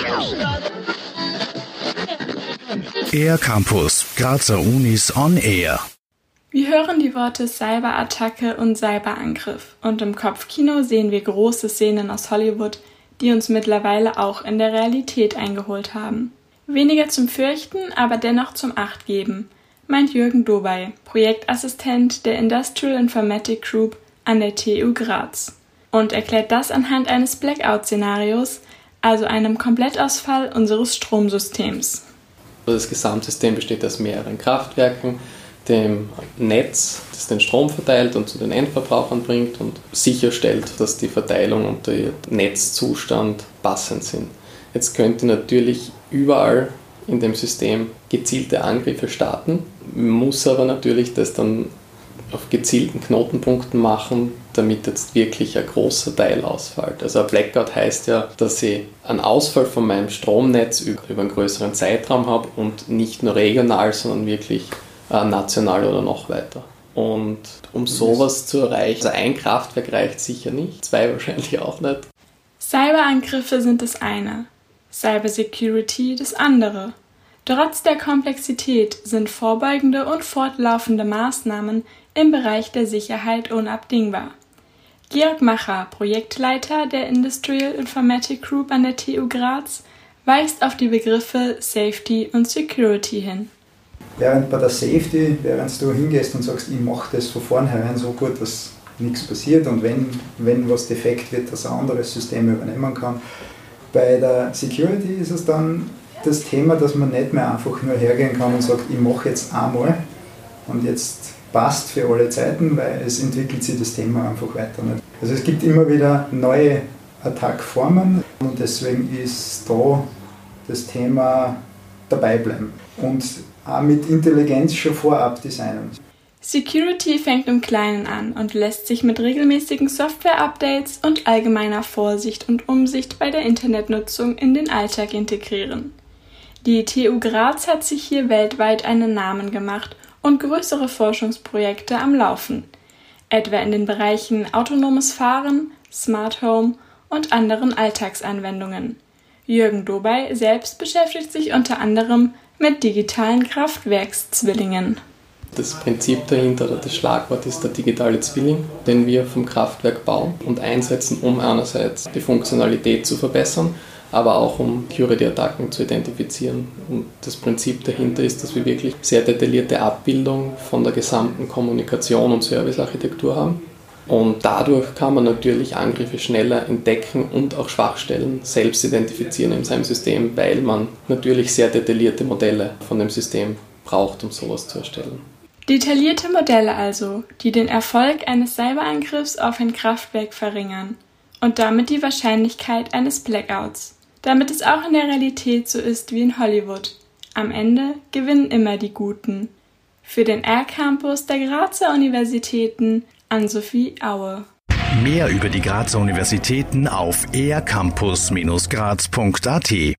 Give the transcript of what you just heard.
Air Campus, Grazer Unis on Air. Wir hören die Worte Cyberattacke und Cyberangriff und im Kopfkino sehen wir große Szenen aus Hollywood, die uns mittlerweile auch in der Realität eingeholt haben. Weniger zum Fürchten, aber dennoch zum Achtgeben, meint Jürgen Dobay, Projektassistent der Industrial Informatic Group an der TU Graz, und erklärt das anhand eines Blackout-Szenarios, also einem Komplettausfall unseres Stromsystems. Das Gesamtsystem besteht aus mehreren Kraftwerken, dem Netz, das den Strom verteilt und zu den Endverbrauchern bringt und sicherstellt, dass die Verteilung und der Netzzustand passend sind. Jetzt könnte natürlich überall in dem System gezielte Angriffe starten, muss aber natürlich das dann auf gezielten Knotenpunkten machen, damit jetzt wirklich ein großer Teil ausfällt. Also ein Blackout heißt ja, dass ich einen Ausfall von meinem Stromnetz über einen größeren Zeitraum habe und nicht nur regional, sondern wirklich national oder noch weiter. Und um sowas zu erreichen, also ein Kraftwerk reicht sicher nicht, 2 wahrscheinlich auch nicht. Cyberangriffe sind das eine, Cybersecurity das andere. Trotz der Komplexität sind vorbeugende und fortlaufende Maßnahmen im Bereich der Sicherheit unabdingbar. Georg Macher, Projektleiter der Industrial Informatic Group an der TU Graz, weist auf die Begriffe Safety und Security hin. Während bei der Safety, während du hingehst und sagst, ich mache das von vornherein so gut, dass nichts passiert und wenn was defekt wird, dass ein anderes System übernehmen kann. Bei der Security ist es dann das Thema, dass man nicht mehr einfach nur hergehen kann und sagt, ich mache jetzt einmal und jetzt passt für alle Zeiten, weil es entwickelt sich das Thema einfach weiter nicht. Also es gibt immer wieder neue Attackformen und deswegen ist da das Thema dabei bleiben und auch mit Intelligenz schon vorab designen. Security fängt im Kleinen an und lässt sich mit regelmäßigen Software-Updates und allgemeiner Vorsicht und Umsicht bei der Internetnutzung in den Alltag integrieren. Die TU Graz hat sich hier weltweit einen Namen gemacht und größere Forschungsprojekte am Laufen, etwa in den Bereichen autonomes Fahren, Smart Home und anderen Alltagsanwendungen. Jürgen Dobay selbst beschäftigt sich unter anderem mit digitalen Kraftwerkszwillingen. Das Prinzip dahinter, oder das Schlagwort ist der digitale Zwilling, den wir vom Kraftwerk bauen und einsetzen, um einerseits die Funktionalität zu verbessern, aber auch um Security-Attacken zu identifizieren. Und das Prinzip dahinter ist, dass wir wirklich sehr detaillierte Abbildung von der gesamten Kommunikation und Servicearchitektur haben. Und dadurch kann man natürlich Angriffe schneller entdecken und auch Schwachstellen selbst identifizieren in seinem System, weil man natürlich sehr detaillierte Modelle von dem System braucht, um sowas zu erstellen. Detaillierte Modelle also, die den Erfolg eines Cyberangriffs auf ein Kraftwerk verringern und damit die Wahrscheinlichkeit eines Blackouts. Damit es auch in der Realität so ist wie in Hollywood. Am Ende gewinnen immer die Guten. Für den Air Campus der Grazer Universitäten Ann-Sophie Aue. Mehr über die Grazer Universitäten auf aircampus-graz.at